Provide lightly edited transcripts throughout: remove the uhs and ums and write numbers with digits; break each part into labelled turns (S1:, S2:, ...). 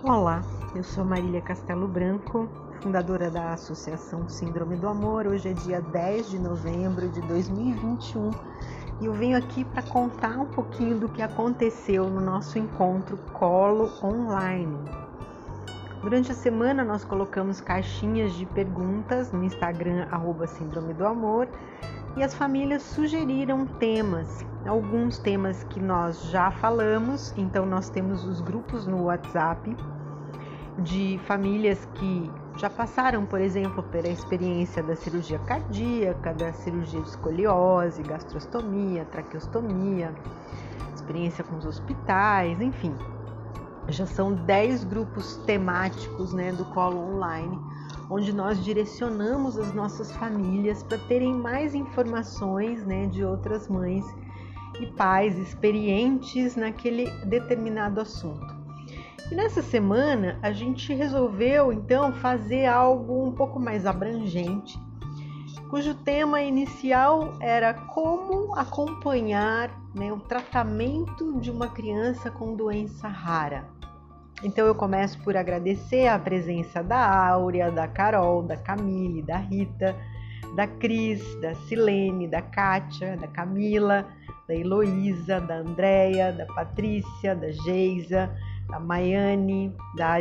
S1: Olá, eu sou Marília Castelo Branco, fundadora da Associação Síndrome do Amor. Hoje é dia 10 de novembro de 2021 e eu venho aqui para contar um pouquinho do que aconteceu no nosso encontro Colo Online. Durante a semana nós colocamos caixinhas de perguntas no Instagram @Síndrome do Amor e as famílias sugeriram temas, alguns temas que nós já falamos. Então nós temos os grupos no WhatsApp de famílias que já passaram, por exemplo, pela experiência da cirurgia cardíaca, da cirurgia de escoliose, gastrostomia, traqueostomia, experiência com os hospitais, enfim. Já são 10 grupos temáticos, do Colo Online, onde nós direcionamos as nossas famílias para terem mais informações, de outras mães e pais experientes naquele determinado assunto. E nessa semana a gente resolveu então fazer algo um pouco mais abrangente, cujo tema inicial era como acompanhar o tratamento de uma criança com doença rara. Então eu começo por agradecer a presença da Áurea, da Carol, da Camille, da Rita, da Cris, da Silene, da Kátia, da Camila, da Heloísa, da Andréia, da Patrícia, da Geisa, da Maiane, da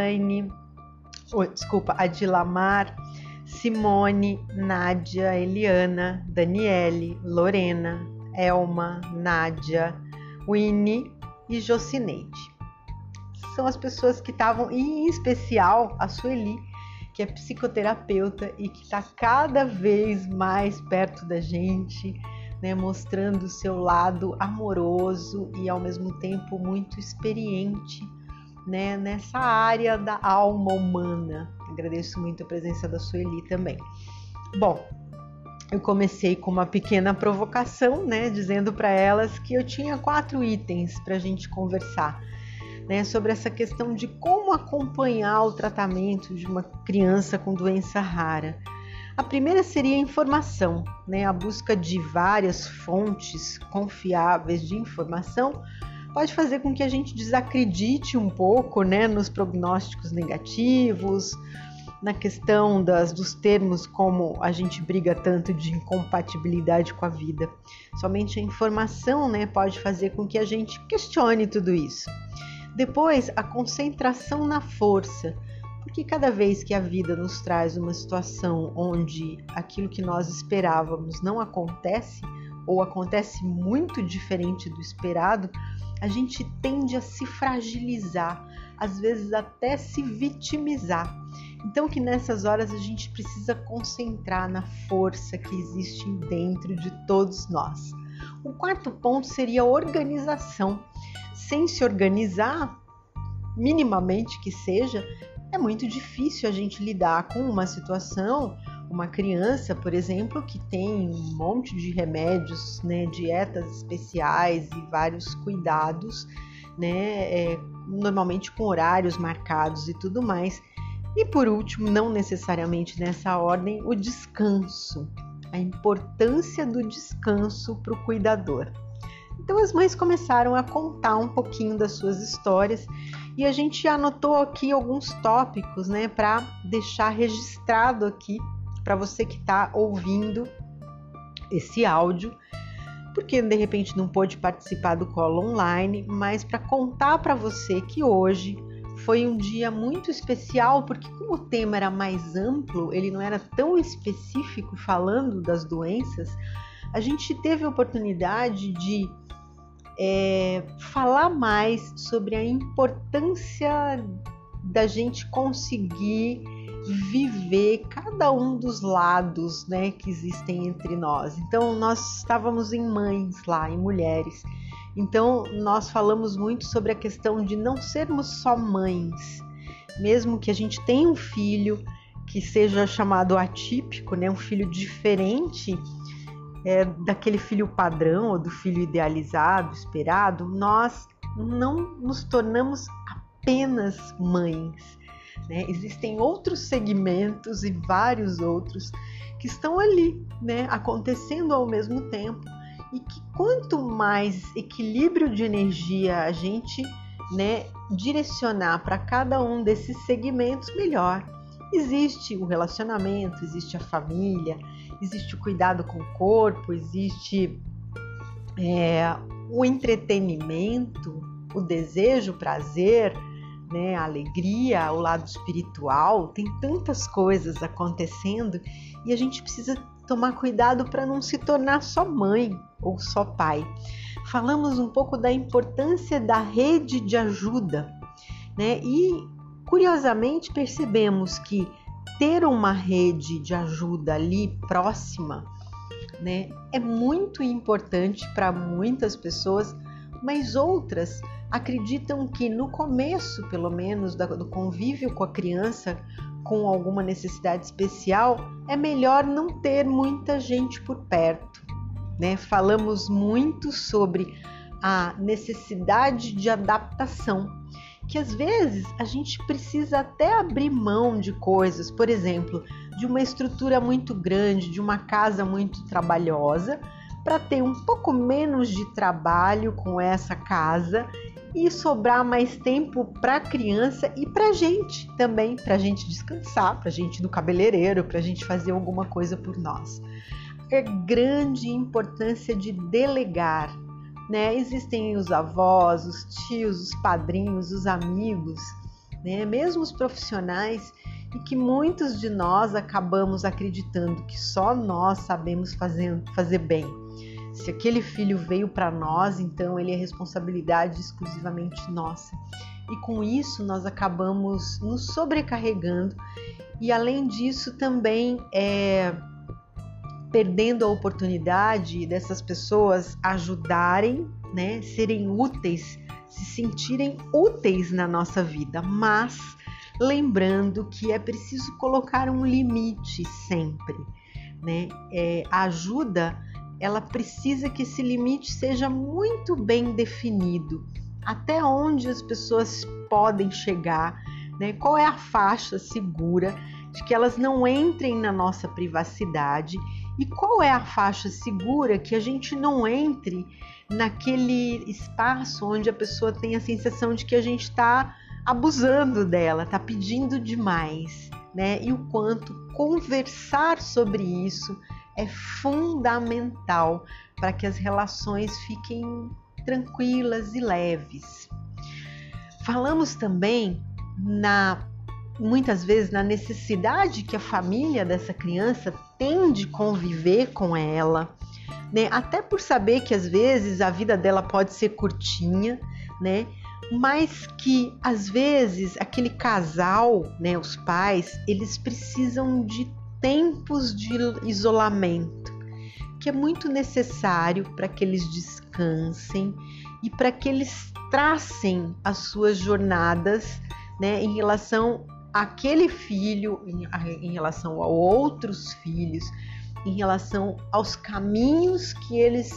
S1: Adilamar, Simone, Nádia, Eliana, Daniele, Lorena, Elma, Nádia, Winnie e Jocineide. São as pessoas que estavam, e em especial a Sueli, que é psicoterapeuta e que está cada vez mais perto da gente, mostrando o seu lado amoroso e ao mesmo tempo muito experiente, nessa área da alma humana. Agradeço muito a presença da Sueli também. Bom, eu comecei com uma pequena provocação, dizendo para elas que eu tinha 4 itens para a gente conversar, sobre essa questão de como acompanhar o tratamento de uma criança com doença rara. A primeira seria a informação, a busca de várias fontes confiáveis de informação pode fazer com que a gente desacredite um pouco, nos prognósticos negativos, na questão dos termos como a gente briga tanto de incompatibilidade com a vida. Somente a informação, pode fazer com que a gente questione tudo isso. Depois, a concentração na força, porque cada vez que a vida nos traz uma situação onde aquilo que nós esperávamos não acontece, ou acontece muito diferente do esperado, a gente tende a se fragilizar, às vezes até se vitimizar. Então que nessas horas a gente precisa concentrar na força que existe dentro de todos nós. O quarto ponto seria a organização. Sem se organizar, minimamente que seja, é muito difícil a gente lidar com uma situação, uma criança, por exemplo, que tem um monte de remédios, dietas especiais e vários cuidados, normalmente com horários marcados e tudo mais. E por último, não necessariamente nessa ordem, o descanso, a importância do descanso para o cuidador. Então as mães começaram a contar um pouquinho das suas histórias e a gente anotou aqui alguns tópicos, para deixar registrado aqui para você que está ouvindo esse áudio, porque de repente não pôde participar do Colo Online, mas para contar para você que hoje foi um dia muito especial, porque como o tema era mais amplo, ele não era tão específico falando das doenças, a gente teve a oportunidade de falar mais sobre a importância da gente conseguir viver cada um dos lados, que existem entre nós. Então nós estávamos em mães lá, em mulheres. Então nós falamos muito sobre a questão de não sermos só mães, mesmo que a gente tenha um filho que seja chamado atípico, um filho diferente daquele filho padrão ou do filho idealizado, esperado, nós não nos tornamos apenas mães. Existem outros segmentos e vários outros que estão ali, acontecendo ao mesmo tempo, e que quanto mais equilíbrio de energia a gente né, direcionar para cada um desses segmentos melhor. Existe o relacionamento, existe a família, existe o cuidado com o corpo, existe o entretenimento, o desejo, o prazer, né, a alegria, o lado espiritual. Tem tantas coisas acontecendo e a gente precisa tomar cuidado para não se tornar só mãe ou só pai. Falamos um pouco da importância da rede de ajuda, né? E curiosamente percebemos que ter uma rede de ajuda ali próxima, né, é muito importante para muitas pessoas, mas outras acreditam que no começo, pelo menos, do convívio com a criança com alguma necessidade especial, é melhor não ter muita gente por perto, né? Falamos muito sobre a necessidade de adaptação, que às vezes a gente precisa até abrir mão de coisas, por exemplo, de uma estrutura muito grande, de uma casa muito trabalhosa, para ter um pouco menos de trabalho com essa casa e sobrar mais tempo para a criança e para a gente também, para a gente descansar, para a gente ir no cabeleireiro, para a gente fazer alguma coisa por nós. É grande importância de delegar, né? Existem os avós, os tios, os padrinhos, os amigos, né? Mesmo os profissionais, e que muitos de nós acabamos acreditando que só nós sabemos fazer bem. Se aquele filho veio para nós, então ele é responsabilidade exclusivamente nossa. E com isso nós acabamos nos sobrecarregando e, além disso, também perdendo a oportunidade dessas pessoas ajudarem, né, serem úteis, se sentirem úteis na nossa vida, mas lembrando que é preciso colocar um limite sempre, né? A ajuda, ela precisa que esse limite seja muito bem definido, até onde as pessoas podem chegar, né? Qual é a faixa segura de que elas não entrem na nossa privacidade e qual é a faixa segura que a gente não entre naquele espaço onde a pessoa tem a sensação de que a gente está abusando dela, está pedindo demais, né? E o quanto conversar sobre isso é fundamental para que as relações fiquem tranquilas e leves. Falamos também muitas vezes na necessidade que a família dessa criança tem de conviver com ela, né? Até por saber que às vezes a vida dela pode ser curtinha, né? Mas que às vezes aquele casal, né, os pais, eles precisam de tempos de isolamento, que é muito necessário para que eles descansem e para que eles tracem as suas jornadas, né, em relação àquele filho, em relação a outros filhos, em relação aos caminhos que eles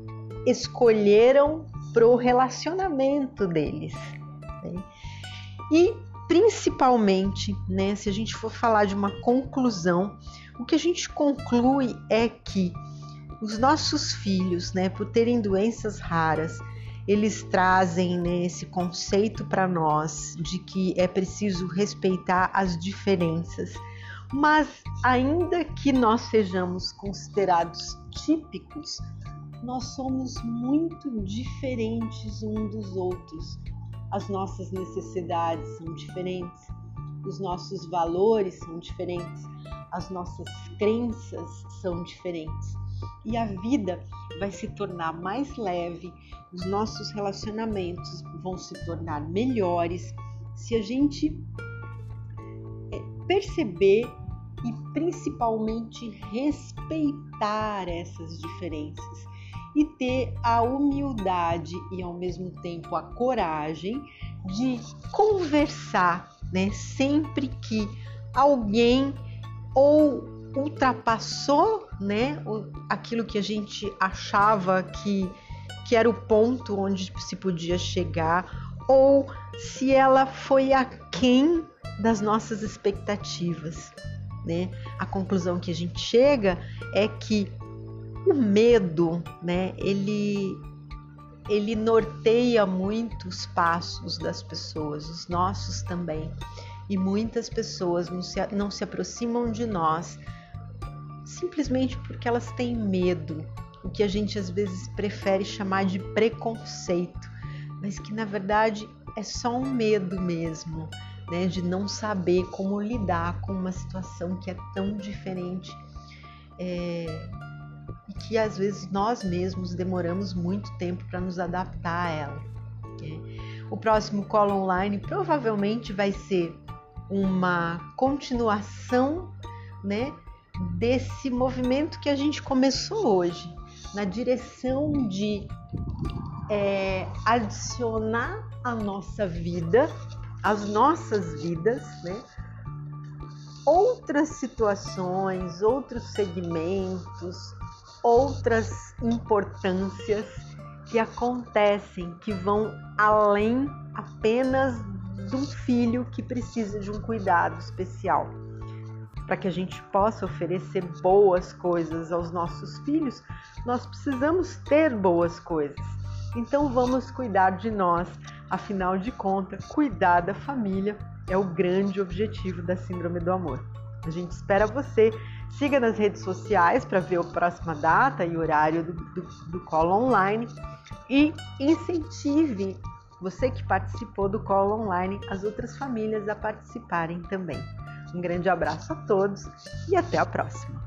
S1: escolheram para o relacionamento deles, né? E principalmente, né, se a gente for falar de uma conclusão, o que a gente conclui é que os nossos filhos, né, por terem doenças raras, eles trazem, né, esse conceito para nós de que é preciso respeitar as diferenças. Mas ainda que nós sejamos considerados típicos, nós somos muito diferentes uns dos outros. As nossas necessidades são diferentes, os nossos valores são diferentes, as nossas crenças são diferentes. E a vida vai se tornar mais leve, os nossos relacionamentos vão se tornar melhores se a gente perceber e principalmente respeitar essas diferenças e ter a humildade e ao mesmo tempo a coragem de conversar, né? Sempre que alguém ou ultrapassou, né, aquilo que a gente achava que era o ponto onde se podia chegar, ou se ela foi aquém das nossas expectativas, né? A conclusão que a gente chega é que o medo, né, ele ele norteia muito os passos das pessoas, os nossos também. E muitas pessoas não se aproximam de nós simplesmente porque elas têm medo, o que a gente às vezes prefere chamar de preconceito, mas que na verdade é só um medo mesmo, né, de não saber como lidar com uma situação que é tão diferente e que às vezes nós mesmos demoramos muito tempo para nos adaptar a ela. O próximo Colo Online provavelmente vai ser uma continuação, né, desse movimento que a gente começou hoje, na direção de adicionar à nossa vida, às nossas vidas, né, outras situações, outros segmentos, outras importâncias que acontecem, que vão além apenas de um filho que precisa de um cuidado especial. Para que a gente possa oferecer boas coisas aos nossos filhos, nós precisamos ter boas coisas. Então vamos cuidar de nós. Afinal de contas, cuidar da família é o grande objetivo da Síndrome do Amor. A gente espera você. Siga nas redes sociais para ver a próxima data e horário do Colo Online e incentive você que participou do Colo Online, as outras famílias a participarem também. Um grande abraço a todos e até a próxima!